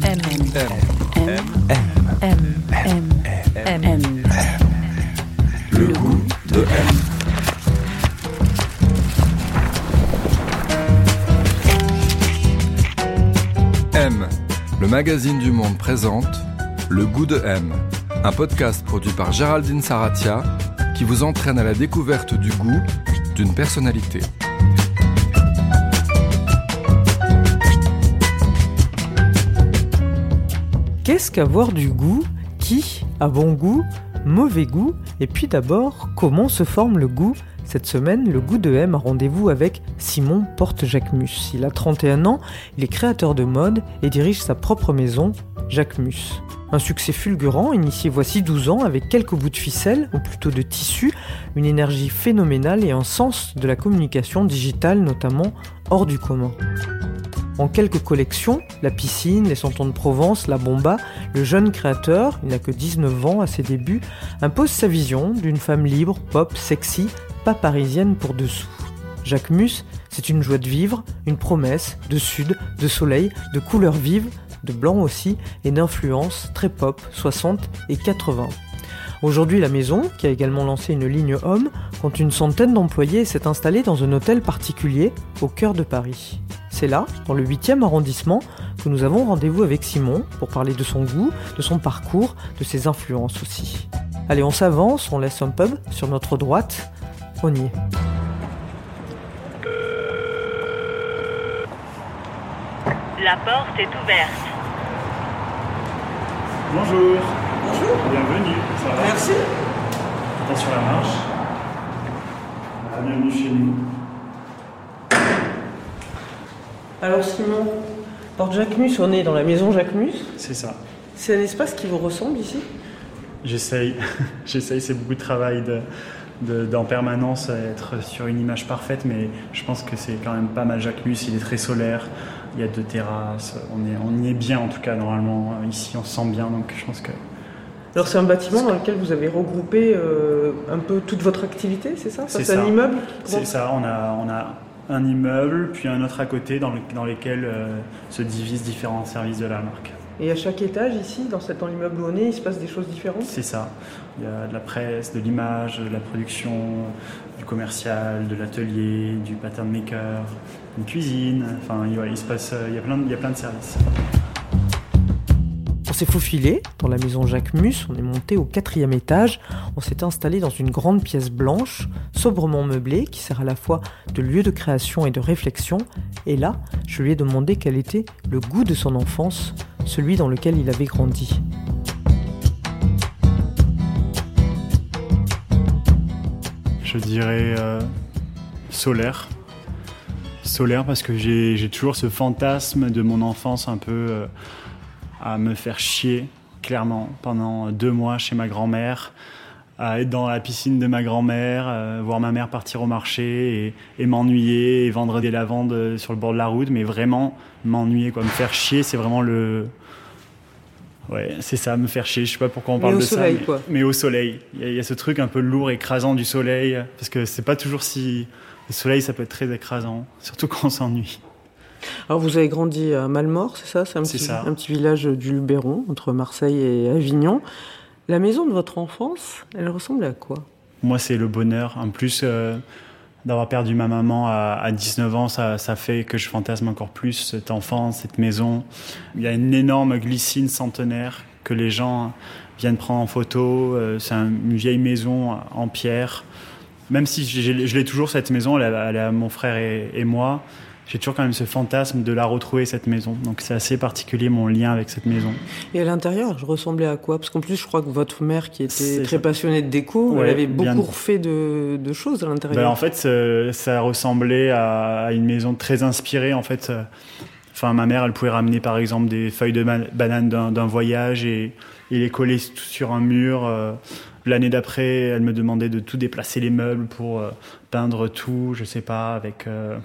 Le goût de M. M, le magazine du Monde présente Le goût de M, un podcast produit par Géraldine Saratia qui vous entraîne à la découverte du goût d'une personnalité. Qu'est-ce qu'avoir du goût ? Qui a bon goût ? Mauvais goût ? Et puis d'abord, comment se forme le goût ? Cette semaine, le goût de M a rendez-vous avec Simon Porte-Jacquemus. Il a 31 ans, il est créateur de mode et dirige sa propre maison, Jacquemus. Un succès fulgurant, initié voici 12 ans avec quelques bouts de ficelle, ou plutôt de tissu, une énergie phénoménale et un sens de la communication digitale notamment hors du commun. En quelques collections, la piscine, les santons de Provence, la bomba, le jeune créateur, il n'a que 19 ans à ses débuts, impose sa vision d'une femme libre, pop, sexy, pas parisienne pour dessous. Jacquemus, c'est une joie de vivre, une promesse de sud, de soleil, de couleurs vives, de blanc aussi, et d'influences très pop, 60 et 80. Aujourd'hui, la maison, qui a également lancé une ligne homme, compte une centaine d'employés et s'est installée dans un hôtel particulier au cœur de Paris. C'est là, dans le 8e arrondissement, que nous avons rendez-vous avec Simon pour parler de son goût, de son parcours, de ses influences aussi. Allez, on s'avance, on laisse un pub sur notre droite, on y est. La porte est ouverte. Bonjour. Bonjour. Bienvenue. Ça va ? Merci. Attention à la marche. Bienvenue chez nous. Alors Simon, Porte-Jacquemus, on est dans la maison Jacquemus. C'est ça. C'est un espace qui vous ressemble ici ? J'essaye, c'est beaucoup de travail d'en permanence être sur une image parfaite, mais je pense que c'est quand même pas mal. Jacquemus, il est très solaire, il y a 2 terrasses, on y est bien en tout cas normalement. Ici on se sent bien, donc je pense que... Alors c'est un bâtiment dans lequel vous avez regroupé un peu toute votre activité, c'est ça ? C'est ça. Un immeuble ? C'est ça, on a un immeuble, puis un autre à côté dans lesquels se divisent différents services de la marque. Et à chaque étage ici, dans l'immeuble où on est, il se passe des choses différentes ? C'est ça. Il y a de la presse, de l'image, de la production, du commercial, de l'atelier, du pattern maker, une cuisine. Enfin, il y a plein de services. On s'est faufilé dans la maison Jacquemus, on est monté au 4e étage, on s'est installé dans une grande pièce blanche, sobrement meublée, qui sert à la fois de lieu de création et de réflexion. Et là, je lui ai demandé quel était le goût de son enfance, celui dans lequel il avait grandi. Je dirais solaire. Solaire parce que j'ai toujours ce fantasme de mon enfance un peu... à me faire chier, clairement, pendant 2 mois chez ma grand-mère, à être dans la piscine de ma grand-mère, voir ma mère partir au marché et m'ennuyer et vendre des lavandes sur le bord de la route, mais vraiment m'ennuyer, quoi. Me faire chier, c'est vraiment le... Ouais, c'est ça, me faire chier. Je sais pas pourquoi on parle de soleil, ça, quoi. Mais au soleil. Il y a ce truc un peu lourd, écrasant du soleil, parce que c'est pas toujours si... Le soleil, ça peut être très écrasant, surtout quand on s'ennuie. Alors vous avez grandi à Malmort, c'est ça ? C'est un petit village du Luberon, entre Marseille et Avignon. La maison de votre enfance, elle ressemble à quoi ? Moi, c'est le bonheur. En plus, d'avoir perdu ma maman à 19 ans, ça fait que je fantasme encore plus cette enfance, cette maison. Il y a une énorme glycine centenaire que les gens viennent prendre en photo. C'est une vieille maison en pierre. Même si je l'ai toujours, cette maison, elle est à mon frère et moi. J'ai toujours quand même ce fantasme de la retrouver, cette maison. Donc c'est assez particulier, mon lien avec cette maison. Et à l'intérieur, je ressemblais à quoi ? Parce qu'en plus, je crois que votre mère, qui était très passionnée de déco, elle avait beaucoup refait de choses à l'intérieur. En fait, ça ressemblait à une maison très inspirée. En fait, ma mère, elle pouvait ramener, par exemple, des feuilles de banane d'un voyage et les coller sur un mur. L'année d'après, elle me demandait de tout déplacer les meubles pour peindre tout, je sais pas, avec...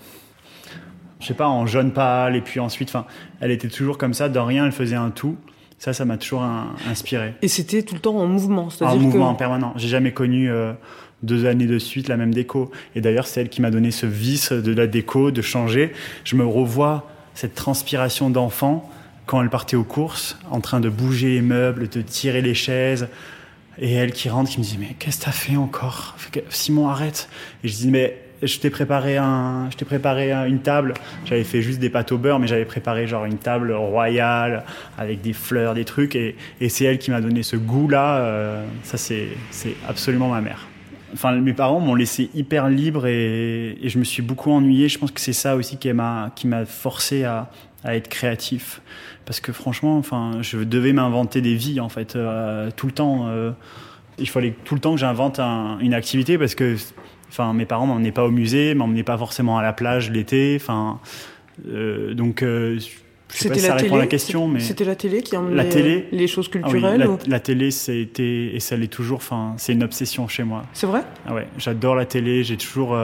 en jaune pâle, et puis ensuite, elle était toujours comme ça, de rien, elle faisait un tout. Ça m'a toujours inspiré. Et c'était tout le temps en mouvement, c'est-à-dire en mouvement permanent. J'ai jamais connu 2 années de suite la même déco. Et d'ailleurs, c'est elle qui m'a donné ce vice de la déco, de changer. Je me revois cette transpiration d'enfant quand elle partait aux courses, en train de bouger les meubles, de tirer les chaises. Et elle qui rentre, qui me dit « Mais qu'est-ce que t'as fait encore ? Simon, arrête !» Et je dis « Mais je t'ai préparé une table. » J'avais fait juste des pâtes au beurre, mais j'avais préparé genre une table royale avec des fleurs, des trucs. Et c'est elle qui m'a donné ce goût-là. Ça, c'est absolument ma mère. Enfin, mes parents m'ont laissé hyper libre et je me suis beaucoup ennuyé. Je pense que c'est ça aussi qui m'a forcé à être créatif. Parce que franchement, enfin, je devais m'inventer des vies, en fait, tout le temps. Il fallait tout le temps que j'invente une activité parce que enfin, mes parents m'emmenaient pas au musée, m'emmenaient pas forcément à la plage l'été. Enfin, donc, je sais pas si ça répond à la question. Mais c'était la télé qui emmenait les choses culturelles. Ah oui, la télé, c'était, et ça l'est toujours, enfin, c'est une obsession chez moi. C'est vrai ? Ah ouais, j'adore la télé, j'ai toujours...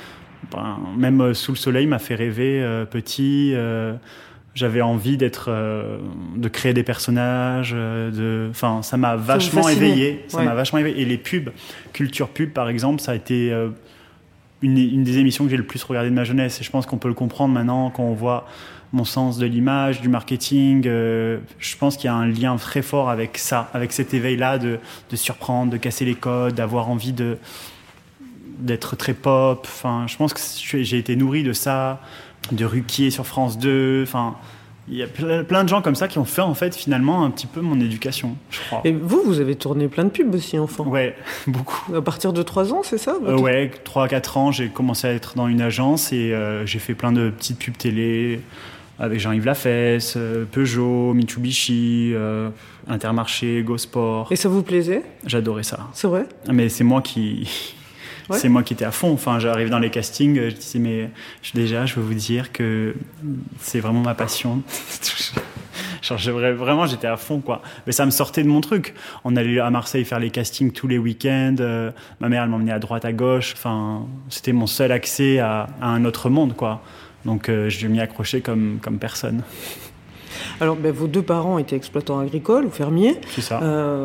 même Sous le soleil m'a fait rêver petit... J'avais envie de créer des personnages, enfin, ça m'a vachement éveillé. Ça m'a vachement éveillé. Et les pubs, Culture Pub par exemple, ça a été une des émissions que j'ai le plus regardé de ma jeunesse. Et je pense qu'on peut le comprendre maintenant quand on voit mon sens de l'image, du marketing. Je pense qu'il y a un lien très fort avec ça, avec cet éveil-là de surprendre, de casser les codes, d'avoir envie d'être très pop. Enfin, je pense que j'ai été nourri de ça. De Ruquier sur France 2, enfin, il y a plein de gens comme ça qui ont fait en fait finalement un petit peu mon éducation, je crois. Et vous avez tourné plein de pubs aussi, enfant ? Ouais, beaucoup. À partir de 3 ans, c'est ça ? Ouais, 3-4 ans, j'ai commencé à être dans une agence et j'ai fait plein de petites pubs télé avec Jean-Yves Lafesse, Peugeot, Mitsubishi, Intermarché, Go-Sport. Et ça vous plaisait ? J'adorais ça. C'est vrai ? Mais c'est moi qui... Ouais. C'est moi qui étais à fond. Enfin, j'arrive dans les castings, je disais, mais déjà, je veux vous dire que c'est vraiment ma passion. Genre, j'étais à fond, quoi. Mais ça me sortait de mon truc. On allait à Marseille faire les castings tous les week-ends. Ma mère, elle m'emmenait à droite, à gauche. Enfin, c'était mon seul accès à un autre monde, quoi. Donc, je m'y accrochais comme personne. Alors, vos 2 parents étaient exploitants agricoles ou fermiers. C'est ça.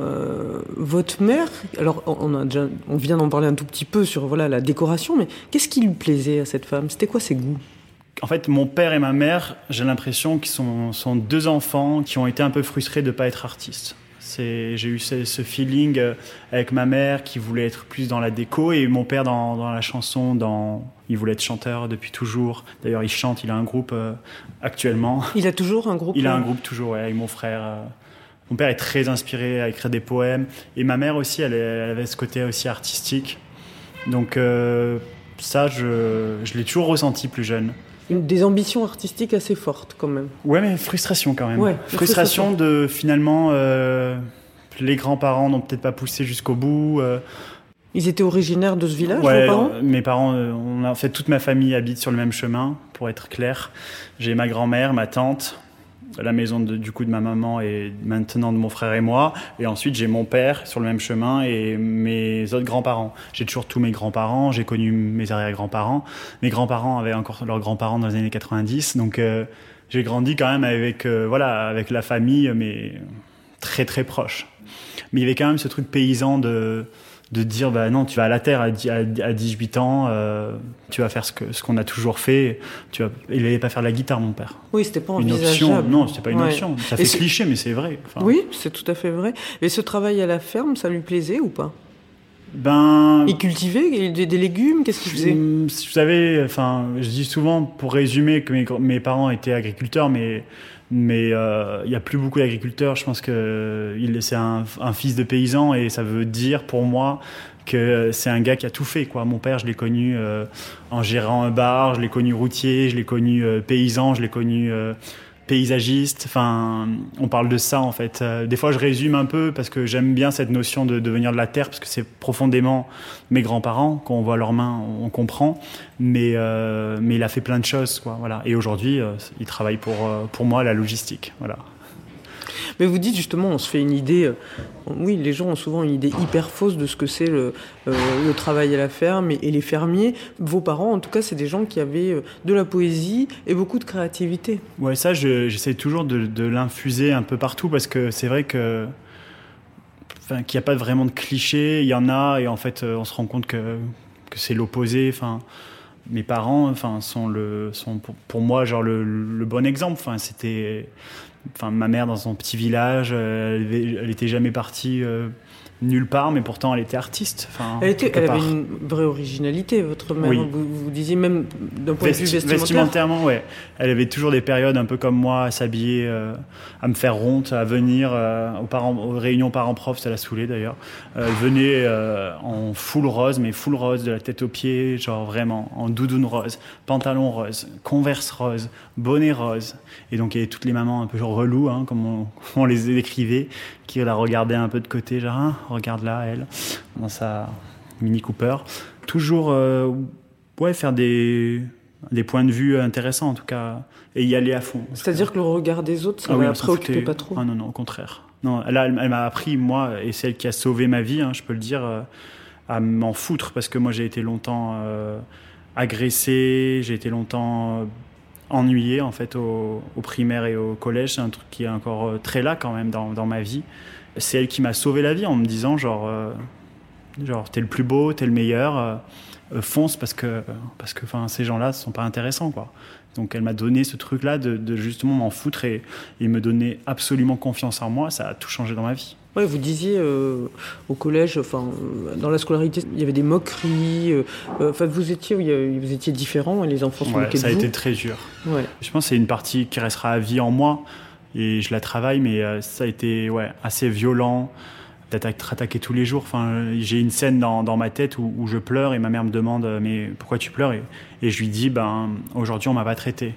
Votre mère, alors on vient d'en parler un tout petit peu sur la décoration, mais qu'est-ce qui lui plaisait à cette femme ? C'était quoi ses goûts ? En fait, mon père et ma mère, j'ai l'impression qu'ils sont 2 enfants qui ont été un peu frustrés de ne pas être artistes. J'ai eu ce feeling avec ma mère qui voulait être plus dans la déco et mon père dans la chanson, il voulait être chanteur depuis toujours. D'ailleurs, il chante, il a un groupe actuellement. Il a toujours un groupe ? Il a un groupe toujours, ouais, avec mon frère. Mon père est très inspiré à écrire des poèmes et ma mère aussi, elle avait ce côté aussi artistique. Donc ça, je l'ai toujours ressenti plus jeune. Des ambitions artistiques assez fortes, quand même. Ouais, mais frustration quand même. Ouais, frustration de finalement, les grands-parents n'ont peut-être pas poussé jusqu'au bout. Ils étaient originaires de ce village, ouais, vos parents ? Mes parents, en fait, toute ma famille habite sur le même chemin, pour être clair. J'ai ma grand-mère, ma tante, la maison du coup de ma maman et maintenant de mon frère et moi. Et ensuite, j'ai mon père sur le même chemin et mes autres grands-parents. J'ai toujours tous mes grands-parents, j'ai connu mes arrière-grands-parents. Mes grands-parents avaient encore leurs grands-parents dans les années 90. Donc, j'ai grandi quand même avec la famille, mais très, très proche. Mais il y avait quand même ce truc paysan de dire non, tu vas à la terre à 18 ans, tu vas faire ce qu'on a toujours fait. Il n'allait pas faire de la guitare, mon père. Oui, c'était pas une envisageable. Option. Non, c'était pas une option. Ça fait cliché, mais c'est vrai. Enfin, oui, c'est tout à fait vrai. Et ce travail à la ferme, ça lui plaisait ou pas ? Il cultivait des légumes, qu'est-ce qu'il faisait ? Vous savez, enfin, je dis souvent, pour résumer, que mes parents étaient agriculteurs, mais il y a plus beaucoup d'agriculteurs. Je pense que c'est un fils de paysan et ça veut dire pour moi que c'est un gars qui a tout fait, quoi. Mon père, je l'ai connu en gérant un bar, je l'ai connu routier, je l'ai connu paysan, je l'ai connu paysagiste. Enfin, on parle de ça en fait. Des fois, je résume un peu parce que j'aime bien cette notion de venir de la terre parce que c'est profondément mes grands-parents. Quand on voit leurs mains, on comprend. Mais il a fait plein de choses, quoi. Voilà. Et aujourd'hui, il travaille pour moi la logistique. Voilà. Mais vous dites justement, on se fait une idée. Oui, les gens ont souvent une idée hyper fausse de ce que c'est le travail à la ferme et les fermiers. Vos parents, en tout cas, c'est des gens qui avaient de la poésie et beaucoup de créativité. Ouais, ça, j'essaie toujours de l'infuser un peu partout parce que c'est vrai qu'il n'y a pas vraiment de clichés. Il y en a et en fait, on se rend compte que c'est l'opposé. Enfin, mes parents, sont pour moi genre le bon exemple. Ma mère dans son petit village, elle était jamais partie nulle part, mais pourtant elle était artiste. Elle avait une vraie originalité, votre mère. Oui. Vous disiez même d'un point de vue vestimentaire. Vestimentairement, ouais. Elle avait toujours des périodes un peu comme moi, à s'habiller, à me faire honte, à venir aux réunions parents-profs, ça l'a saoulée d'ailleurs. Elle venait en full rose, mais full rose de la tête aux pieds, genre vraiment en doudoune rose, pantalon rose, Converse rose, bonnet rose. Et donc il y avait toutes les mamans un peu reloues, comme on les décrivait, qui la regardaient un peu de côté, genre regarde là, elle, dans sa Mini Cooper. Toujours faire des points de vue intéressants en tout cas, et y aller à fond. C'est-à-dire que le regard des autres, ça ne la préoccupait pas trop? Ah non, au contraire. Non, elle m'a appris, moi, et c'est elle qui a sauvé ma vie, je peux le dire, à m'en foutre, parce que moi j'ai été longtemps agressé, j'ai été longtemps ennuyé en fait au primaire et au collège. C'est un truc qui est encore très là quand même dans ma vie. C'est elle qui m'a sauvé la vie en me disant genre t'es le plus beau, t'es le meilleur, fonce parce que ces gens-là sont pas intéressants quoi. Donc elle m'a donné ce truc là de justement m'en foutre et me donner absolument confiance en moi. Ça a tout changé dans ma vie. Ouais, vous disiez au collège, dans la scolarité, il y avait des moqueries. Vous étiez différents et les enfants se moquaient de vous. Ça a été très dur. Ouais. Je pense que c'est une partie qui restera à vie en moi et je la travaille, mais ça a été assez violent d'être attaqué tous les jours. J'ai une scène dans ma tête où je pleure et ma mère me demande mais pourquoi tu pleures et je lui dis aujourd'hui on m'a pas traité.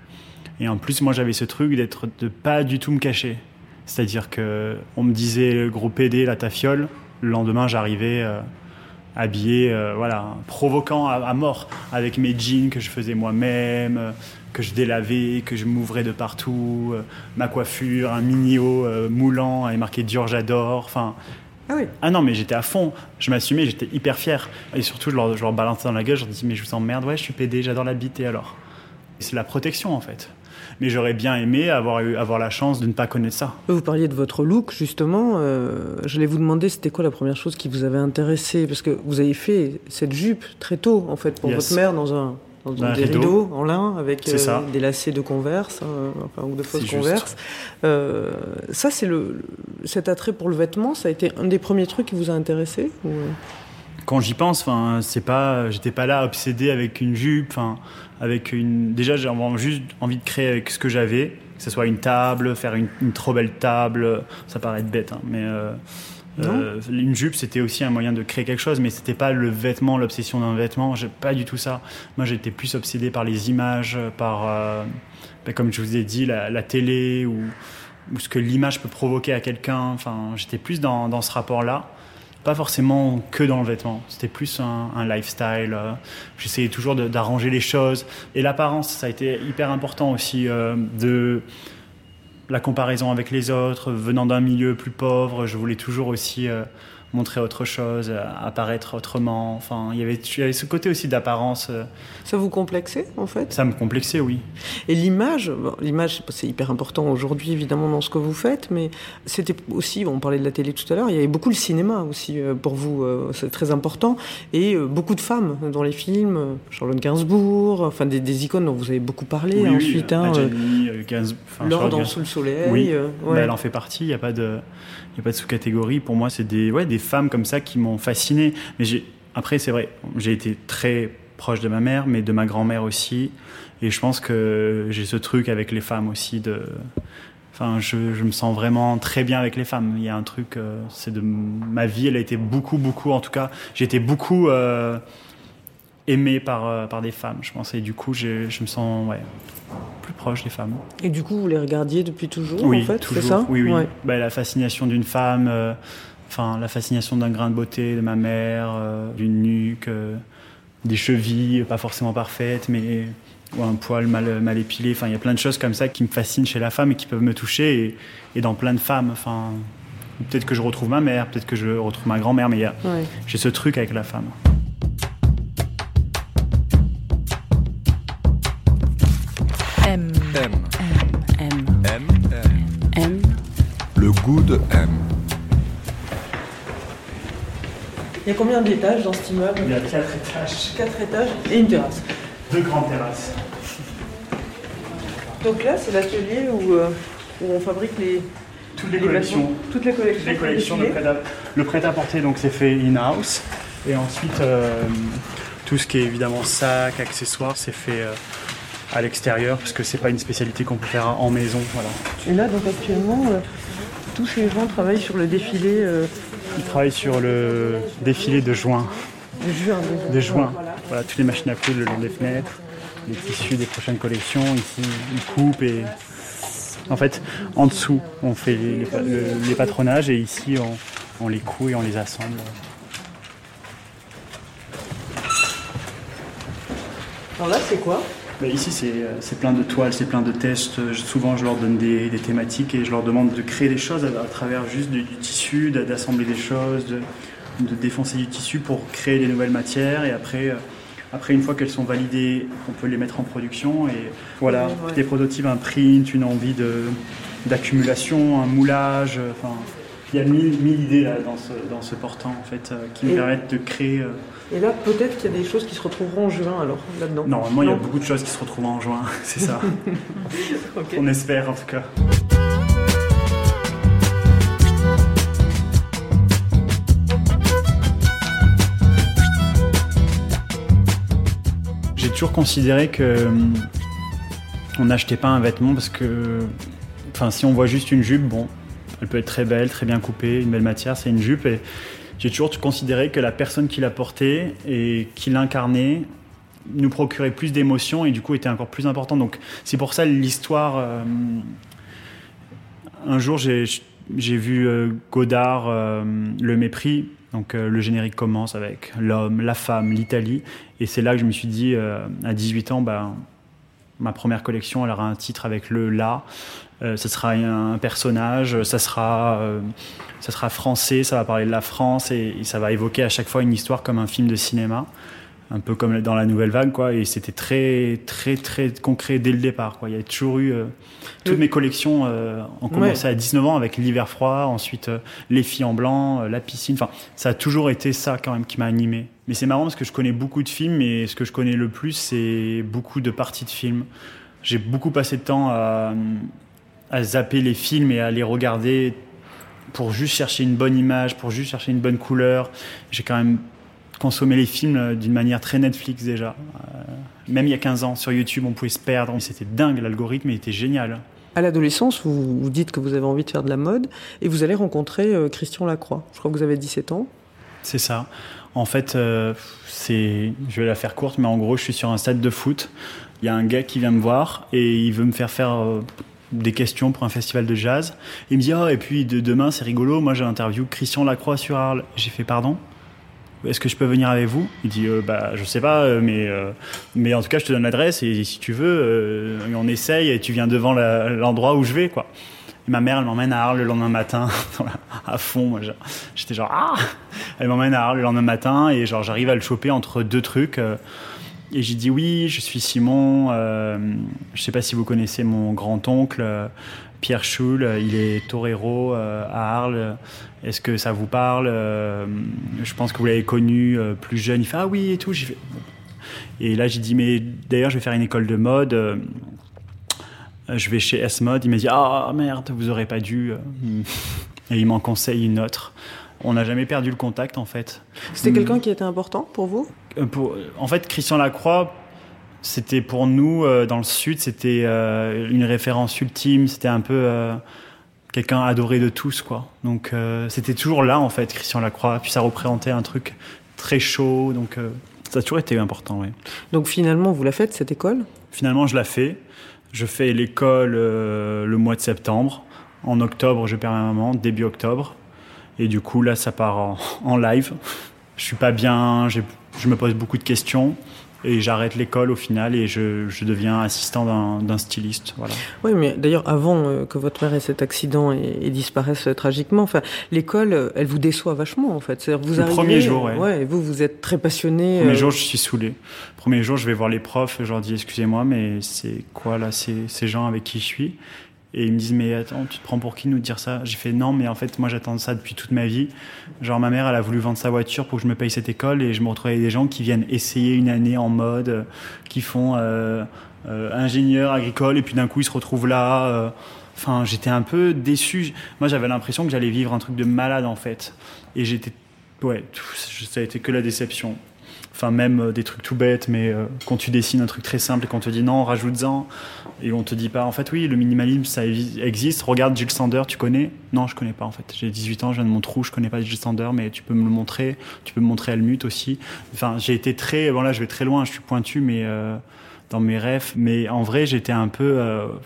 Et en plus moi j'avais ce truc de pas du tout me cacher. C'est-à-dire qu'on me disait gros PD, la tafiole. Le lendemain, j'arrivais habillé, provoquant à mort, avec mes jeans que je faisais moi-même, que je délavais, que je m'ouvrais de partout, ma coiffure, un mini haut moulant avec marqué Dior j'adore. Ah oui. Ah non, mais j'étais à fond. Je m'assumais, j'étais hyper fier. Et surtout, je leur balançais dans la gueule, je leur disais mais je vous emmerde, je suis PD, j'adore la bite et alors. Et c'est la protection en fait. Mais j'aurais bien aimé avoir la chance de ne pas connaître ça. Vous parliez de votre look, justement. J'allais vous demander, c'était quoi la première chose qui vous avait intéressé? Parce que vous avez fait cette jupe très tôt, en fait, pour votre mère, dans des rideaux en lin, avec des lacets de Converse, ou de fausses Converse. Ça, c'est cet attrait pour le vêtement, ça a été un des premiers trucs qui vous a intéressé ou... Quand j'y pense, j'étais pas là obsédé avec une jupe, déjà j'ai juste envie de créer avec ce que j'avais, que ce soit une table, faire une trop belle table, ça paraît être bête, mais une jupe c'était aussi un moyen de créer quelque chose, mais c'était pas le vêtement, l'obsession d'un vêtement, j'ai pas du tout ça. Moi j'étais plus obsédé par les images, par comme je vous ai dit la télé ou ce que l'image peut provoquer à quelqu'un. J'étais plus dans ce rapport-là. Pas forcément que dans le vêtement, c'était plus un lifestyle. J'essayais toujours d'arranger les choses. Et l'apparence, ça a été hyper important aussi, de la comparaison avec les autres. Venant d'un milieu plus pauvre, je voulais toujours aussi montrer autre chose, apparaître autrement. Il y avait ce côté aussi d'apparence. Ça vous complexait, en fait? Ça me complexait, oui. Et l'image, c'est hyper important aujourd'hui, évidemment, dans ce que vous faites, mais c'était aussi, on parlait de la télé tout à l'heure, il y avait beaucoup le cinéma aussi, pour vous, c'est très important, et beaucoup de femmes dans les films, Charlotte Gainsbourg, des icônes dont vous avez beaucoup parlé, ensuite. Adjani, Laure dans Sous le soleil. Oui, elle en fait partie, il n'y a pas de sous-catégorie. Pour moi, c'est des femmes comme ça qui m'ont fasciné. Mais après, c'est vrai, j'ai été très proche de ma mère, mais de ma grand-mère aussi. Et je pense que j'ai ce truc avec les femmes aussi je me sens vraiment très bien avec les femmes. Il y a un truc, ma vie, elle a été beaucoup, en tout cas, j'ai été beaucoup aimé par des femmes, je pense. Et du coup, je me sens plus proche des femmes. Et du coup, vous les regardiez depuis toujours, en fait, toujours, c'est ça? Oui. Ouais. La fascination d'une femme, la fascination d'un grain de beauté de ma mère, d'une nuque, des chevilles pas forcément parfaites, mais un poil mal épilé. Il y a plein de choses comme ça qui me fascinent chez la femme et qui peuvent me toucher, et dans plein de femmes. Peut-être que je retrouve ma mère, peut-être que je retrouve ma grand-mère, mais j'ai ce truc avec la femme. M. Le goût de M. Il y a combien d'étages dans cet immeuble? Il y a 4 étages. 4 étages et une terrasse. 2 grandes terrasses. Donc là, c'est l'atelier où on fabrique Toutes les collections. Toutes les collections. Toutes les collections le prêt-à-porter, donc c'est fait in-house. Et ensuite, tout ce qui est évidemment sac, accessoires, c'est fait à l'extérieur, parce que c'est pas une spécialité qu'on peut faire en maison. Voilà. Et là, donc actuellement, tous ces gens travaillent sur le défilé. Ils travaillent sur le défilé de juin. De juin. Voilà, toutes les machines à coudre le long des fenêtres, les tissus des prochaines collections. Ici, ils coupent et en fait, en dessous, on fait les patronages et ici, on les coud et on les assemble. Alors là, c'est quoi ? Ici, c'est plein de toiles, c'est plein de tests. Souvent, je leur donne des thématiques et je leur demande de créer des choses à travers juste du tissu, d'assembler des choses, de défoncer du tissu pour créer des nouvelles matières. Et après, une fois qu'elles sont validées, on peut les mettre en production. Et voilà, des prototypes, un print, une envie d'accumulation, un moulage. Enfin, il y a mille idées là, dans ce portant en fait, qui me permettent de créer. Et là, peut-être qu'il y a des choses qui se retrouveront en juin, alors, là-dedans. Normalement, il y a beaucoup de choses qui se retrouvent en juin, c'est ça. Okay. On espère, en tout cas. J'ai toujours considéré que on n'achetait pas un vêtement parce que, enfin, si on voit juste une jupe, bon, elle peut être très belle, très bien coupée, une belle matière, c'est une jupe. Et j'ai toujours considéré que la personne qui la portait et qui l'incarnait nous procurait plus d'émotions et du coup était encore plus important. Donc c'est pour ça l'histoire. Un jour j'ai vu Godard, Le Mépris. Donc le générique commence avec l'homme, la femme, l'Italie. Et c'est là que je me suis dit, à 18 ans, ma première collection, elle aura un titre avec le « la ». Ce sera un personnage, ça sera français, ça va parler de la France et ça va évoquer à chaque fois une histoire comme un film de cinéma, un peu comme dans la Nouvelle Vague, quoi. Et c'était très, très, très concret dès le départ, quoi. Il y a toujours eu toutes mes collections ont commencé à 19 ans avec l'hiver froid, ensuite les filles en blanc, la piscine. Enfin, ça a toujours été ça quand même qui m'a animé. Mais c'est marrant parce que je connais beaucoup de films et ce que je connais le plus, c'est beaucoup de parties de films. J'ai beaucoup passé de temps à zapper les films et à les regarder pour juste chercher une bonne image, pour juste chercher une bonne couleur. J'ai quand même consommé les films d'une manière très Netflix déjà. Même il y a 15 ans, sur YouTube, on pouvait se perdre. C'était dingue, l'algorithme était génial. À l'adolescence, vous dites que vous avez envie de faire de la mode et vous allez rencontrer Christian Lacroix. Je crois que vous avez 17 ans. C'est ça. En fait, je vais la faire courte, mais en gros, je suis sur un stade de foot. Il y a un gars qui vient me voir et il veut me faire des questions pour un festival de jazz. Il me dit et puis demain c'est rigolo, moi j'ai interviewé Christian Lacroix sur Arles. J'ai fait pardon, est-ce que je peux venir avec vous? Il dit je sais pas, mais en tout cas je te donne l'adresse et si tu veux on essaye et tu viens devant l'endroit où je vais, quoi. Et ma mère elle m'emmène à Arles le lendemain matin à fond, moi, j'étais genre elle m'emmène à Arles le lendemain matin et genre j'arrive à le choper entre deux trucs. Et j'ai dit oui, je suis Simon. Je ne sais pas si vous connaissez mon grand-oncle, Pierre Schul. Il est torero à Arles. Est-ce que ça vous parle? Je pense que vous l'avez connu plus jeune. Il fait ah oui et tout. J'ai fait... Et là j'ai dit mais d'ailleurs je vais faire une école de mode. Je vais chez S-Mode. Il m'a dit ah merde, vous aurez pas dû. Et il m'en conseille une autre. On n'a jamais perdu le contact en fait. C'était quelqu'un qui était important pour vous? En fait, Christian Lacroix, c'était pour nous, dans le Sud, c'était une référence ultime. C'était un peu quelqu'un adoré de tous, quoi. Donc, c'était toujours là, en fait, Christian Lacroix. Puis ça représentait un truc très chaud. Donc, ça a toujours été important, oui. Donc, finalement, vous la faites, cette école? Finalement, je la fais. Je fais l'école le mois de septembre. En octobre, je perds ma maman, début octobre. Et du coup, là, ça part en live. Je suis pas bien, je me pose beaucoup de questions et j'arrête l'école au final et je deviens assistant d'un styliste. Voilà. Oui, mais d'ailleurs, avant que votre mère ait cet accident et disparaisse tragiquement, enfin, l'école, elle vous déçoit vachement, en fait. C'est-à-dire, vous arrivez, premier jour, ouais. Ouais, et vous êtes très passionné. Premier jour, je suis saoulé. Premier jour, je vais voir les profs, je leur dis, excusez-moi, mais c'est quoi, là, ces gens avec qui je suis? Et ils me disent, mais attends, tu te prends pour qui nous dire ça? J'ai fait non, mais en fait, moi j'attends ça depuis toute ma vie. Genre, ma mère, elle a voulu vendre sa voiture pour que je me paye cette école et je me retrouvais avec des gens qui viennent essayer une année en mode, qui font ingénieur agricole et puis d'un coup ils se retrouvent là. Enfin, j'étais un peu déçu. Moi, j'avais l'impression que j'allais vivre un truc de malade en fait. Et j'étais. Ouais, ça a été que la déception. Enfin, même des trucs tout bêtes, mais quand tu dessines un truc très simple et qu'on te dit non, rajoute-en, et on te dit pas, en fait, oui, le minimalisme, ça existe. Regarde Jill Sander, tu connais? Non, je connais pas, en fait. J'ai 18 ans, je viens de mon trou, je connais pas Jill Sander, mais tu peux me le montrer. Tu peux me montrer Helmut aussi. Enfin, j'ai été très. Bon, là, je vais très loin, je suis pointu, mais dans mes rêves. Mais en vrai, j'étais un peu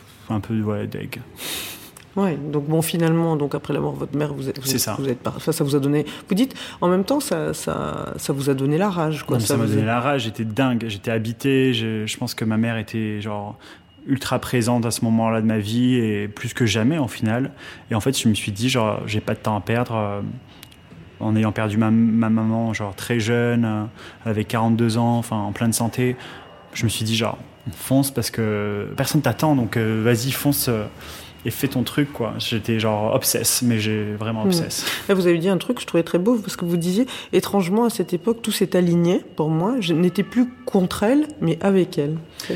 ouais, deg. Ouais, donc bon, finalement, donc après la mort de votre mère, ça vous a donné. Vous dites, en même temps, ça vous a donné la rage, quoi. Non, ça m'a donné la rage. J'étais dingue. J'étais habité. Je pense que ma mère était genre ultra présente à ce moment-là de ma vie et plus que jamais, en final. Et en fait, je me suis dit, genre, j'ai pas de temps à perdre. En ayant perdu ma maman, genre très jeune, elle avait 42 ans, enfin en pleine santé, je me suis dit, genre, fonce parce que personne t'attend, donc vas-y, fonce. Et fais ton truc, quoi. J'étais genre obsesse, mais j'ai vraiment obsesse. Là, vous avez dit un truc que je trouvais très beau, parce que vous disiez, étrangement, à cette époque, tout s'est aligné pour moi. Je n'étais plus contre elle, mais avec elle.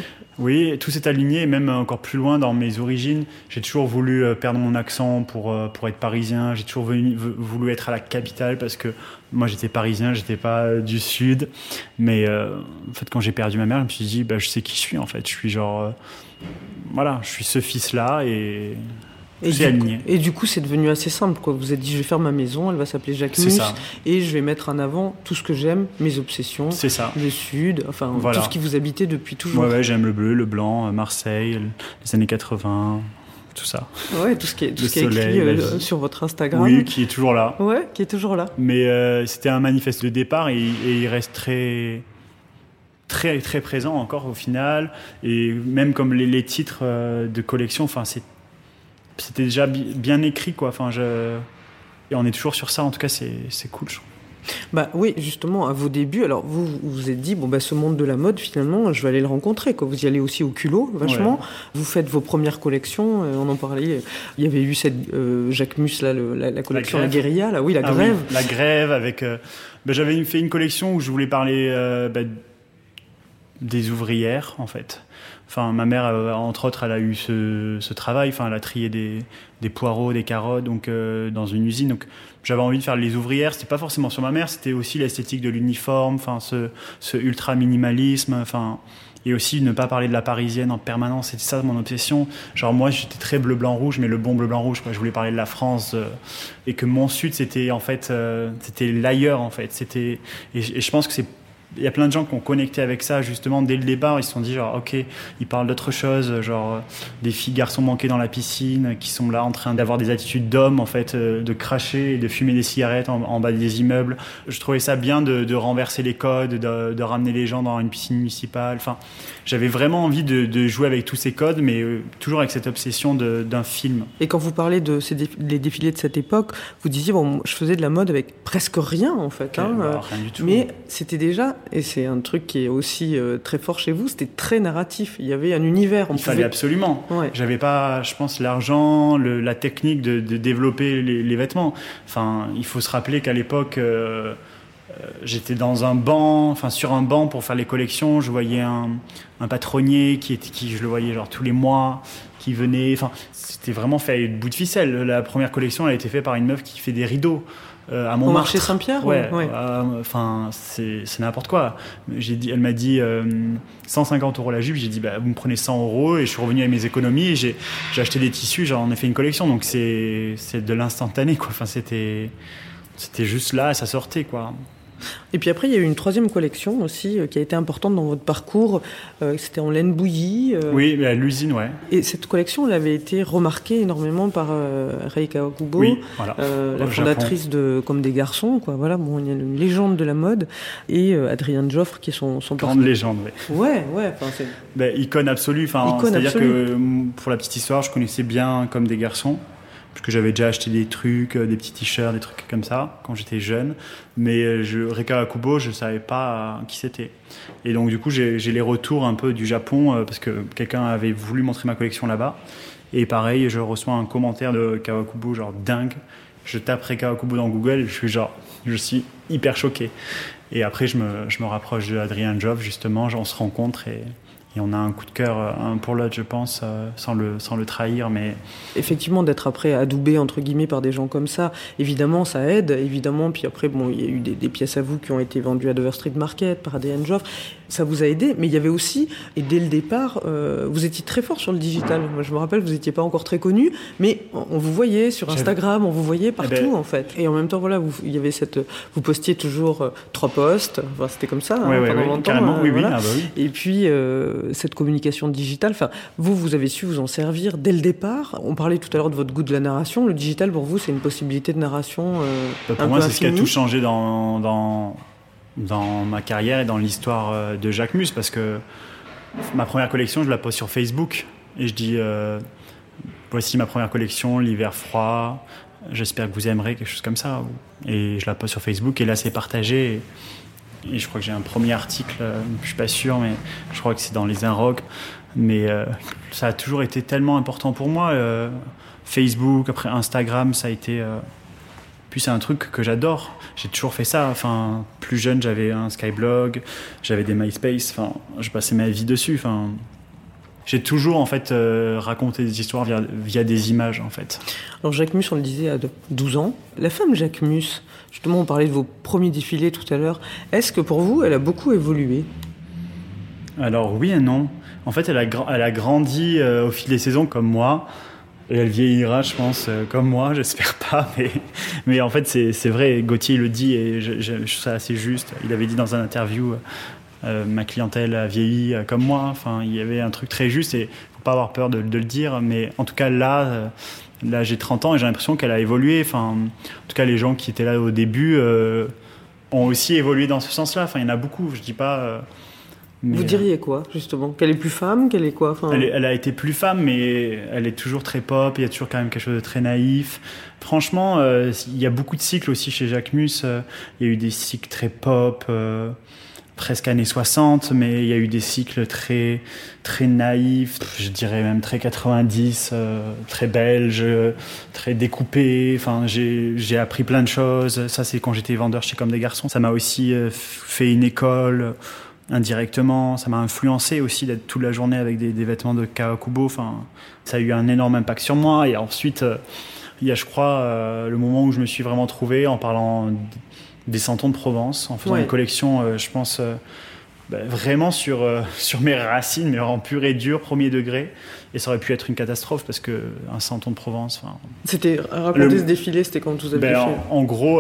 Oui, tout s'est aligné, et même encore plus loin dans mes origines. J'ai toujours voulu perdre mon accent pour être parisien. J'ai toujours voulu être à la capitale, parce que moi, j'étais parisien, j'étais pas du sud. Mais en fait, quand j'ai perdu ma mère, je me suis dit, je sais qui je suis, en fait. Je suis genre... voilà, je suis ce fils-là et c'est aligné. Et du coup, c'est devenu assez simple, quoi. Vous vous êtes dit, je vais faire ma maison, elle va s'appeler Jacquemus, et je vais mettre en avant tout ce que j'aime, mes obsessions, le Sud, enfin voilà. Tout ce qui vous habitait depuis toujours. Ouais, j'aime le bleu, le blanc, Marseille, les années 80, tout ça. Ouais, tout ce qui est écrit sur votre Instagram. Oui, qui est toujours là. Ouais, qui est toujours là. Mais c'était un manifeste de départ et il reste très très présent encore au final, et même comme les titres de collection, enfin c'était déjà bien écrit, quoi. Enfin et on est toujours sur ça, en tout cas c'est cool, je trouve. Bah oui, justement, à vos débuts, alors vous vous êtes dit, ce monde de la mode, finalement, je vais aller le rencontrer, quoi. Vous y allez aussi au culot, vachement. Ouais. Vous faites vos premières collections, on en parlait. Il y avait eu cette Jacquemus, là, la collection La Guérilla, là, oui, la grève. Oui, la grève avec. J'avais fait une collection où je voulais parler des ouvrières, en fait. Enfin, ma mère, entre autres, elle a eu ce travail. Enfin, elle a trié des poireaux, des carottes, donc dans une usine. Donc, j'avais envie de faire les ouvrières. C'était pas forcément sur ma mère, c'était aussi l'esthétique de l'uniforme. Enfin, ce ultra minimalisme. Enfin, et aussi ne pas parler de la parisienne en permanence. C'était ça mon obsession. Genre moi, j'étais très bleu, blanc, rouge, mais le bon bleu, blanc, rouge, quoi. Je voulais parler de la France et que mon Sud, c'était en fait, c'était l'ailleurs, en fait. Et je pense que il y a plein de gens qui ont connecté avec ça justement dès le départ. Ils se sont dit genre ok, ils parlent d'autre chose, genre des filles garçons manqués dans la piscine qui sont là en train d'avoir des attitudes d'hommes, en fait, de cracher et de fumer des cigarettes en bas des immeubles. Je trouvais ça bien de renverser les codes, de ramener les gens dans une piscine municipale. Enfin, j'avais vraiment envie de jouer avec tous ces codes, mais toujours avec cette obsession d'un film. Et quand vous parlez de les défilés de cette époque, vous disiez je faisais de la mode avec presque rien, en fait. Okay, rien du tout. Mais c'était déjà, et c'est un truc qui est aussi très fort chez vous, c'était très narratif. Il y avait un univers. Il fallait absolument. Ouais. J'avais pas, je pense, l'argent, la technique de développer les vêtements. Enfin, il faut se rappeler qu'à l'époque, j'étais dans un banc, enfin sur un banc pour faire les collections. Je voyais un patronnier qui je le voyais genre tous les mois, qui venait. Enfin, c'était vraiment fait avec bout de ficelle. La première collection, elle a été faite par une meuf qui fait des rideaux. À Montmartre. Au marché Saint-Pierre. Ouais. Enfin, c'est n'importe quoi. Elle m'a dit 150 € la jupe. J'ai dit vous me prenez 100 € et je suis revenu avec mes économies et j'ai acheté des tissus. J'en ai fait une collection. Donc c'est de l'instantané, quoi. Enfin, c'était juste là, ça sortait, quoi. Et puis après, il y a eu une troisième collection aussi qui a été importante dans votre parcours. C'était en laine bouillie. Oui, à l'usine, ouais. Et cette collection, elle avait été remarquée énormément par Rei Kawakubo, voilà. La fondatrice de Comme des garçons, quoi. Voilà, il y a une légende de la mode, et Adrien Joffre qui est son grande légende, oui. Ouais. Icône absolue. C'est-à-dire que pour la petite histoire, je connaissais bien Comme des garçons. parce que j'avais déjà acheté des trucs, des petits t-shirts, des trucs comme ça quand j'étais jeune, mais Rei Kawakubo, je savais pas qui c'était. Et donc du coup j'ai les retours un peu du Japon parce que quelqu'un avait voulu montrer ma collection là-bas. Et pareil, je reçois un commentaire de Kawakubo genre dingue. Je tape Rei Kawakubo dans Google et je suis hyper choqué. Et après je me rapproche de Adrien Job justement, on se rencontre et on a un coup de cœur un pour l'autre, je pense, sans le trahir. Mais effectivement, d'être après adoubé entre guillemets par des gens comme ça, évidemment, ça aide. Évidemment, puis après, bon, il y a eu des pièces à vous qui ont été vendues à Dover Street Market par Adrien Joff. Ça vous a aidé, mais il y avait aussi, et dès le départ, vous étiez très fort sur le digital. Moi, je me rappelle, vous n'étiez pas encore très connu, mais on vous voyait sur Instagram, on vous voyait partout en fait. Et en même temps, voilà, il y avait vous postiez toujours 3 posts. Enfin, c'était comme ça pendant longtemps. Carrément, oui, voilà. Ah bah oui. Et puis cette communication digitale. Enfin, vous avez su vous en servir dès le départ. On parlait tout à l'heure de votre goût de la narration. Le digital pour vous, c'est une possibilité de narration. Pour moi, c'est ce qui a tout changé dans ma carrière et dans l'histoire de Jacquemus, parce que ma première collection, je la pose sur Facebook et je dis voici ma première collection, l'hiver froid, j'espère que vous aimerez, quelque chose comme ça. Et je la pose sur Facebook et là c'est partagé et je crois que j'ai un premier article, je suis pas sûr, mais je crois que c'est dans les Inrocks, mais ça a toujours été tellement important pour moi. Facebook, après Instagram, ça a été puis c'est un truc que j'adore. J'ai toujours fait ça. Enfin, plus jeune, j'avais un Skyblog, j'avais des MySpace. Enfin, je passais ma vie dessus. Enfin, j'ai toujours en fait raconté des histoires via des images en fait. Alors Jacquemus, on le disait à 12 ans. La femme Jacquemus, justement, on parlait de vos premiers défilés tout à l'heure. Est-ce que pour vous, elle a beaucoup évolué ? Alors oui et non. En fait, elle a grandi au fil des saisons comme moi. Et elle vieillira, je pense, comme moi, j'espère pas. Mais en fait, c'est vrai, Gauthier le dit, et je trouve ça assez juste. Il avait dit dans un interview, ma clientèle a vieilli comme moi. Enfin, il y avait un truc très juste, et il ne faut pas avoir peur de le dire. Mais en tout cas, là j'ai 30 ans et j'ai l'impression qu'elle a évolué. Enfin, en tout cas, les gens qui étaient là au début ont aussi évolué dans ce sens-là. Enfin, il y en a beaucoup, je ne dis pas... Vous diriez quoi, justement ? Qu'elle est plus femme ? Qu'elle est quoi ? Enfin... Elle a été plus femme, mais elle est toujours très pop. Il y a toujours quand même quelque chose de très naïf. Franchement, il y a beaucoup de cycles aussi chez Jacquemus. Il y a eu des cycles très pop, presque années 60, mais il y a eu des cycles très, très naïfs, je dirais même très 90, très belges, très découpés. Enfin, j'ai appris plein de choses. Ça, c'est quand j'étais vendeur chez Comme des Garçons. Ça m'a aussi fait une école... indirectement, ça m'a influencé aussi d'être toute la journée avec des vêtements de Kawakubo. Enfin, ça a eu un énorme impact sur moi. Et ensuite, il y a, je crois, le moment où je me suis vraiment trouvé en parlant des Santons de Provence, en faisant une collection, je pense, vraiment sur mes racines, mais en pur et dur, premier degré. Et ça aurait pu être une catastrophe parce qu'un Santon de Provence... C'était, racontez ce défilé, c'était quand vous avez fait en gros...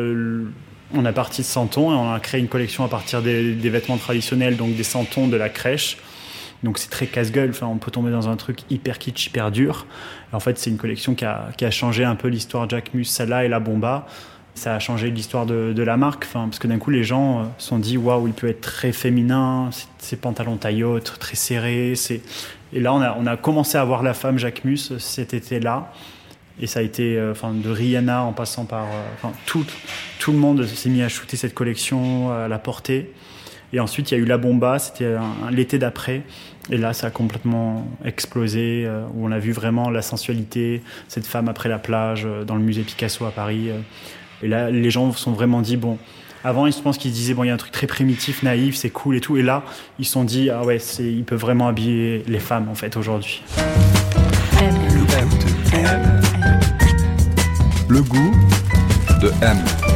on a parti de Santon et on a créé une collection à partir des vêtements traditionnels, donc des Santons de la crèche. Donc c'est très casse-gueule, enfin, on peut tomber dans un truc hyper kitsch, hyper dur. Et en fait, c'est une collection qui a changé un peu l'histoire de Jacquemus, celle-là et la Bomba. Ça a changé l'histoire de la marque, parce que d'un coup, les gens se sont dit « Waouh, il peut être très féminin, ses pantalons taille haute, très serrés. » Et là, on a commencé à voir la femme Jacquemus cet été-là. Et ça a été de Rihanna en passant par... tout le monde s'est mis à shooter cette collection, à la porter. Et ensuite, il y a eu la Bomba, c'était l'été d'après. Et là, ça a complètement explosé, où on a vu vraiment la sensualité, cette femme après la plage, dans le musée Picasso à Paris. Et là, les gens se sont vraiment dit, bon... Avant, je pense qu'ils se disaient, bon, il y a un truc très primitif, naïf, c'est cool et tout. Et là, ils se sont dit, ah ouais, ils peuvent vraiment habiller les femmes, en fait, aujourd'hui. Le goût de M.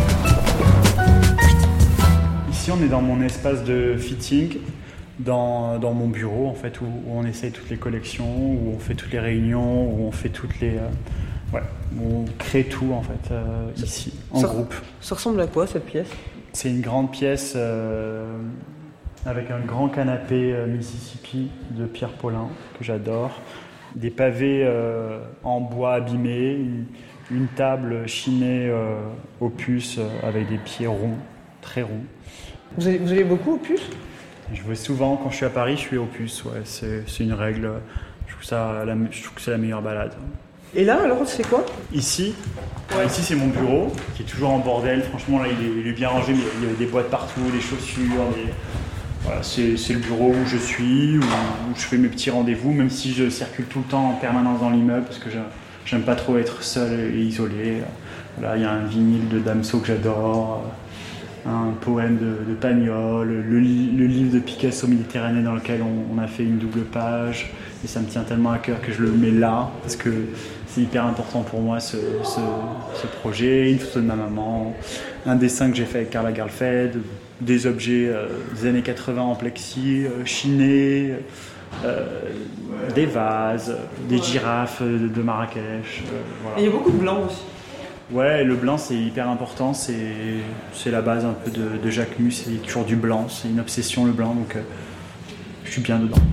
Ici, on est dans mon espace de fitting, dans mon bureau, en fait, où on essaye toutes les collections, où on fait toutes les réunions, où on fait toutes les... où on crée tout, en fait, ici, en groupe. Ça ressemble à quoi, cette pièce ? C'est une grande pièce avec un grand canapé Mississippi de Pierre Paulin, que j'adore. Des pavés en bois abîmé, une table chinée au puce avec des pieds ronds, très ronds. Vous allez beaucoup au puce ? Je vais souvent, quand je suis à Paris, je suis au puce. Ouais, c'est une règle. Je trouve que c'est la meilleure balade. Et là, alors, c'est quoi ? Ici, ici c'est mon bureau qui est toujours en bordel. Franchement, là, il est bien rangé, mais il y avait des boîtes partout, des chaussures. Voilà, c'est le bureau où je suis, où je fais mes petits rendez-vous, même si je circule tout le temps en permanence dans l'immeuble parce que j'aime pas trop être seul et isolé. Voilà, il y a un vinyle de Damso que j'adore, un poème de Pagnol, le livre de Picasso Méditerranée dans lequel on a fait une double page. Et ça me tient tellement à cœur que je le mets là parce que c'est hyper important pour moi ce projet. Une photo de ma maman, un dessin que j'ai fait avec Karla Gerlfeld, des objets des années 80 en plexi, chinés, des vases, des girafes de Marrakech. Voilà. Et il y a beaucoup de blanc aussi. Ouais, le blanc c'est hyper important, c'est la base un peu de Jacques Mus, c'est toujours du blanc, c'est une obsession le blanc, donc je suis bien dedans.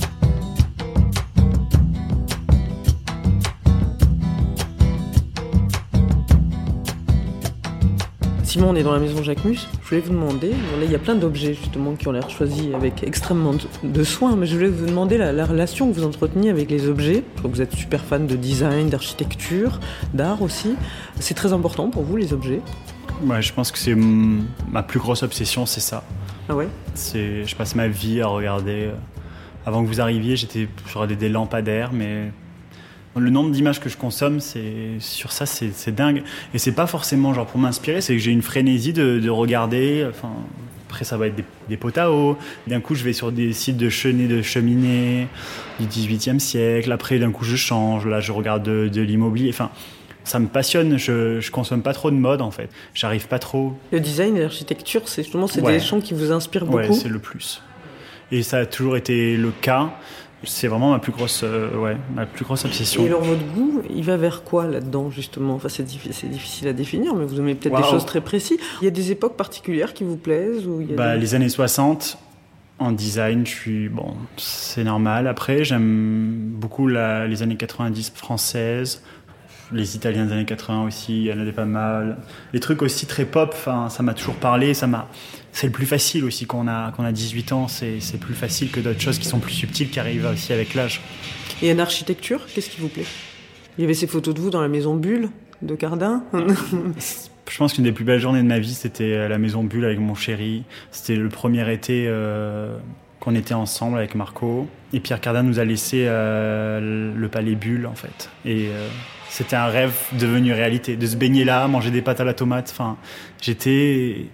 Simon, on est dans la maison Jacques Mus. Je voulais vous demander, il y a plein d'objets justement qui ont l'air choisis avec extrêmement de soin, mais je voulais vous demander la relation que vous entreteniez avec les objets. Je crois que vous êtes super fan de design, d'architecture, d'art aussi. C'est très important pour vous les objets ? Ouais, je pense que c'est ma plus grosse obsession, c'est ça. Ah ouais ? Je passe ma vie à regarder. Avant que vous arriviez, j'étais sur des lampadaires, mais le nombre d'images que je consomme, sur ça, c'est dingue. Et c'est pas forcément genre pour m'inspirer, c'est que j'ai une frénésie de regarder. Enfin, après, ça va être des pots à eau. D'un coup, je vais sur des sites de chenets, de cheminées du XVIIIe siècle. Après, d'un coup, je change. Là, je regarde de l'immobilier. Enfin, ça me passionne. Je consomme pas trop de mode, en fait. J'arrive pas trop. Le design et l'architecture, c'est des champs qui vous inspirent beaucoup ? Ouais, c'est le plus. Et ça a toujours été le cas. C'est vraiment ma plus grosse obsession. Et alors votre goût, il va vers quoi là-dedans justement ? Enfin, c'est difficile à définir, mais vous aimez peut-être des choses très précises. Il y a des époques particulières qui vous plaisent ou Les années 60, en design, c'est normal. Après, j'aime beaucoup les années 90 françaises, les Italiens des années 80 aussi, il y en avait pas mal. Les trucs aussi très pop, ça m'a toujours parlé, c'est le plus facile aussi quand on a 18 ans, c'est plus facile que d'autres choses qui sont plus subtiles qui arrivent aussi avec l'âge. Et en architecture, qu'est-ce qui vous plaît ? Il y avait ces photos de vous dans la maison Bulle de Cardin. Je pense qu'une des plus belles journées de ma vie, c'était la maison Bulle avec mon chéri. C'était le premier été qu'on était ensemble avec Marco. Et Pierre Cardin nous a laissé le palais Bulle, en fait. Et c'était un rêve devenu réalité, de se baigner là, manger des pâtes à la tomate. Enfin, j'étais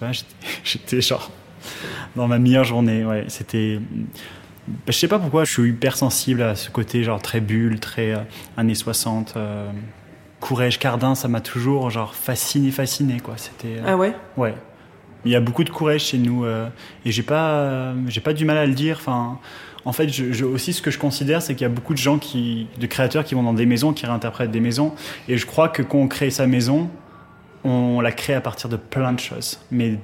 genre dans ma meilleure journée. Ouais, c'était. Je sais pas pourquoi, je suis hyper sensible à ce côté genre très Bulle, très années 60. Courrèges, Cardin, ça m'a toujours genre fasciné quoi. C'était. Ah ouais. Ouais. Il y a beaucoup de Courrèges chez nous et j'ai pas du mal à le dire. Enfin. En fait, aussi, ce que je considère, c'est qu'il y a beaucoup de créateurs qui vont dans des maisons, qui réinterprètent des maisons. Et je crois que quand on crée sa maison, on la crée à partir de plein de choses. Mais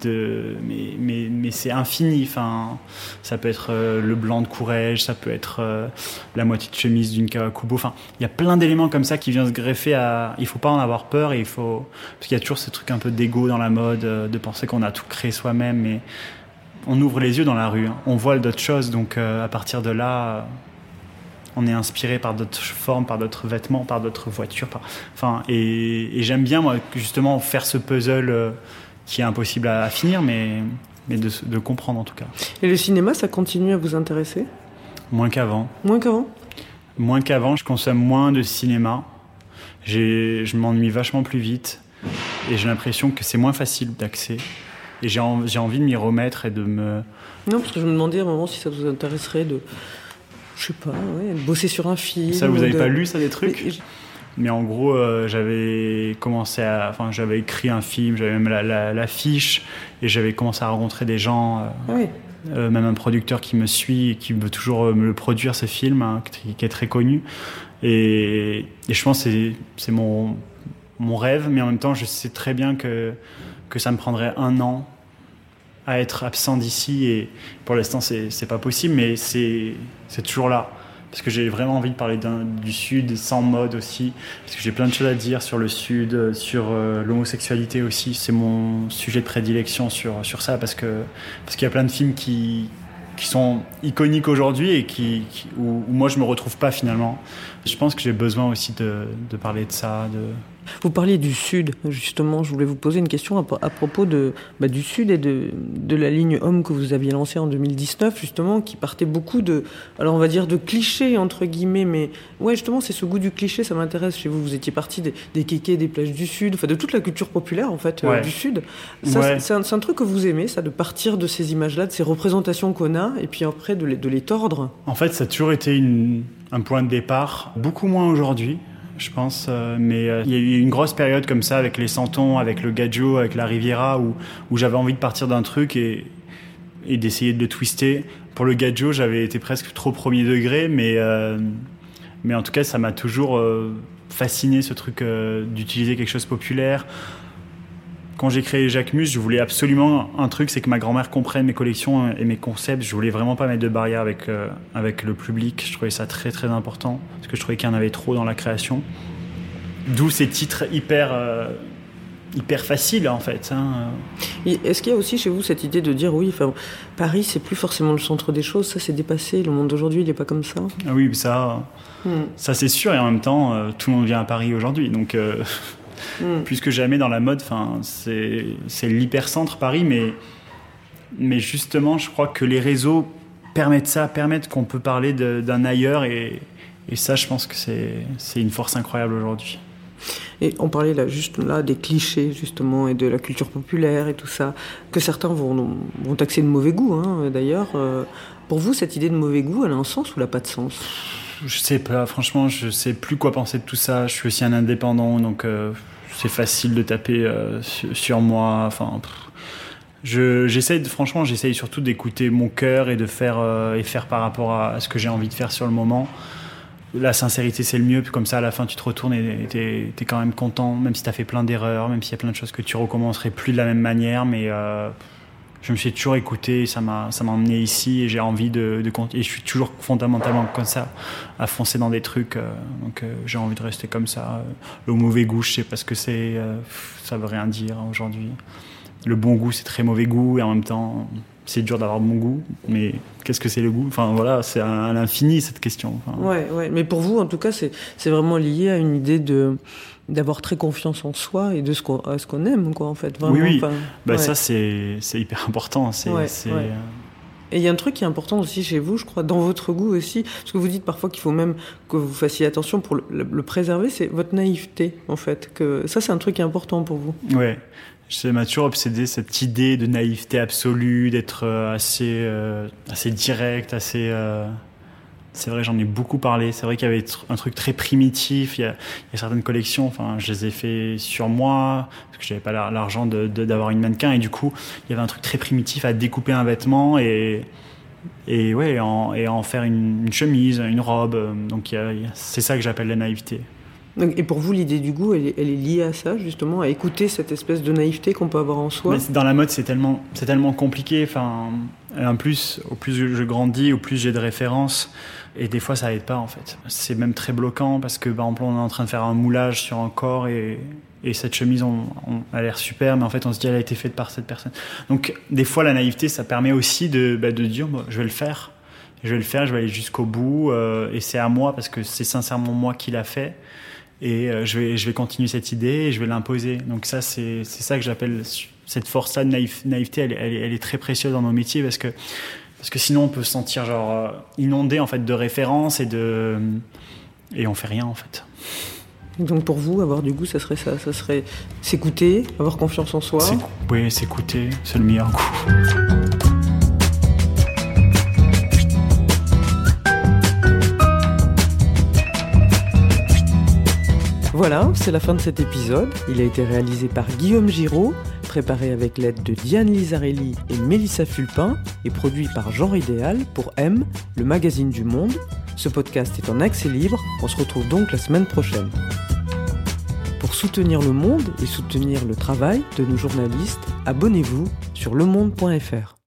c'est infini. Enfin, ça peut être le blanc de Courrèges, ça peut être la moitié de chemise d'une Kawakubo. Enfin, il y a plein d'éléments comme ça qui viennent se greffer à. Il faut pas en avoir peur. Parce qu'il y a toujours ce truc un peu d'égo dans la mode, de penser qu'on a tout créé soi-même. Mais on ouvre les yeux dans la rue, on voit d'autres choses, donc à partir de là, on est inspiré par d'autres formes, par d'autres vêtements, par d'autres voitures. Et j'aime bien, moi, justement, faire ce puzzle qui est impossible à finir, mais de comprendre en tout cas. Et le cinéma, ça continue à vous intéresser ? Moins qu'avant. Moins qu'avant ? Moins qu'avant, je consomme moins de cinéma. Je m'ennuie vachement plus vite, et j'ai l'impression que c'est moins facile d'accès. Et j'ai envie de m'y remettre et de me... Non, parce que je me demandais à un moment si ça vous intéresserait de bosser sur un film. Ça, vous n'avez pas lu ça, des trucs ? Mais en gros, j'avais écrit un film, j'avais même l'affiche, et j'avais commencé à rencontrer des gens, même un producteur qui me suit et qui veut toujours me le produire, ce film, qui est très connu. Et je pense que c'est mon rêve, mais en même temps, je sais très bien que ça me prendrait 1 an à être absent d'ici, et pour l'instant c'est pas possible, mais c'est toujours là parce que j'ai vraiment envie de parler du Sud sans mode aussi, parce que j'ai plein de choses à dire sur le Sud, sur l'homosexualité aussi. C'est mon sujet de prédilection sur ça, parce qu'il y a plein de films qui sont iconiques aujourd'hui et où moi je me retrouve pas finalement. Je pense que j'ai besoin aussi de parler de ça. Vous parliez du Sud, justement. Je voulais vous poser une question à propos du Sud et de la ligne Homme que vous aviez lancée en 2019, justement, qui partait beaucoup alors on va dire de clichés, entre guillemets, mais ouais, justement, c'est ce goût du cliché, ça m'intéresse chez vous. Vous étiez parti des kékés, des plages du Sud, enfin de toute la culture populaire, en fait, du Sud. Ça, c'est un truc que vous aimez, ça, de partir de ces images-là, de ces représentations qu'on a, et puis après de les tordre. En fait, ça a toujours été un point de départ, beaucoup moins aujourd'hui. Je pense, mais il y a eu une grosse période comme ça avec les Santons, avec le Gadjo, avec la Riviera, où j'avais envie de partir d'un truc et d'essayer de le twister. Pour le Gadjo, j'avais été presque trop premier degré, mais en tout cas, ça m'a toujours fasciné ce truc d'utiliser quelque chose de populaire. Quand j'ai créé Jacquemus, je voulais absolument un truc, c'est que ma grand-mère comprenne mes collections et mes concepts. Je voulais vraiment pas mettre de barrière avec le public. Je trouvais ça très très important parce que je trouvais qu'il y en avait trop dans la création. D'où ces titres hyper faciles en fait. Et est-ce qu'il y a aussi chez vous cette idée de dire Paris c'est plus forcément le centre des choses, ça c'est dépassé, le monde d'aujourd'hui il n'est pas comme ça? Ah oui, ça c'est sûr, et en même temps tout le monde vient à Paris aujourd'hui, donc plus que jamais dans la mode, c'est l'hypercentre Paris, mais justement je crois que les réseaux permettent qu'on peut parler d'un ailleurs, et ça je pense que c'est une force incroyable aujourd'hui. Et on parlait là des clichés justement et de la culture populaire et tout ça, que certains vont taxer de mauvais goût, d'ailleurs. Pour vous, cette idée de mauvais goût, elle a un sens ou elle n'a pas de sens? Je sais pas, franchement, je sais plus quoi penser de tout ça. Je suis aussi un indépendant, donc c'est facile de taper sur moi. Enfin, j'essaye surtout d'écouter mon cœur et de faire par rapport à ce que j'ai envie de faire sur le moment. La sincérité, c'est le mieux. Puis comme ça, à la fin, tu te retournes et t'es quand même content, même si t'as fait plein d'erreurs, même s'il y a plein de choses que tu recommencerais plus de la même manière. Mais je me suis toujours écouté, ça m'a emmené ici, et j'ai envie et je suis toujours fondamentalement comme ça, à foncer dans des trucs. Donc j'ai envie de rester comme ça. Le mauvais goût, je sais pas ce que c'est. Ça veut rien dire aujourd'hui. Le bon goût, c'est très mauvais goût, et en même temps, c'est dur d'avoir bon goût, mais qu'est-ce que c'est le goût? Enfin voilà, c'est à l'infini cette question. Ouais, mais pour vous, en tout cas, c'est vraiment lié à une idée d'avoir très confiance en soi et de ce qu'on aime, quoi, en fait. Vraiment, oui. Ça c'est hyper important. Et il y a un truc qui est important aussi chez vous, je crois, dans votre goût aussi, parce que vous dites parfois qu'il faut même que vous fassiez attention pour le préserver, c'est votre naïveté, en fait. Que ça, c'est un truc qui est important pour vous. Ouais. Ça m'a toujours obsédé, cette idée de naïveté absolue, d'être assez direct, assez... C'est vrai, j'en ai beaucoup parlé. C'est vrai qu'il y avait un truc très primitif. Il y a certaines collections, je les ai fait sur moi, parce que j'avais pas l'argent d'avoir une mannequin, et du coup, il y avait un truc très primitif à découper un vêtement et en faire une chemise, une robe. Donc c'est ça que j'appelle la naïveté. Et pour vous, l'idée du goût, elle est liée à ça, justement, à écouter cette espèce de naïveté qu'on peut avoir en soi? Mais dans la mode, c'est tellement compliqué. En plus, au plus je grandis, au plus j'ai de références. Et des fois, ça aide pas, en fait. C'est même très bloquant, parce que, par exemple, on est en train de faire un moulage sur un corps, et cette chemise a l'air super, mais en fait, on se dit, elle a été faite par cette personne. Donc, des fois, la naïveté, ça permet aussi de dire, je vais le faire. Je vais aller jusqu'au bout, et c'est à moi, parce que c'est sincèrement moi qui l'a fait. Et je vais continuer cette idée et je vais l'imposer. Donc ça, c'est ça que j'appelle cette force-là de naïveté. Elle est très précieuse dans nos métiers, parce que sinon on peut se sentir inondé en fait de références et on fait rien en fait. Donc pour vous, avoir du goût, ça serait ça. Ça serait s'écouter, avoir confiance en soi. Oui, s'écouter, c'est le meilleur goût. Voilà, c'est la fin de cet épisode. Il a été réalisé par Guillaume Giraud, préparé avec l'aide de Diane Lizarelli et Mélissa Fulpin, et produit par Genre Idéal pour M, le magazine du Monde. Ce podcast est en accès libre, on se retrouve donc la semaine prochaine. Pour soutenir le Monde et soutenir le travail de nos journalistes, abonnez-vous sur lemonde.fr.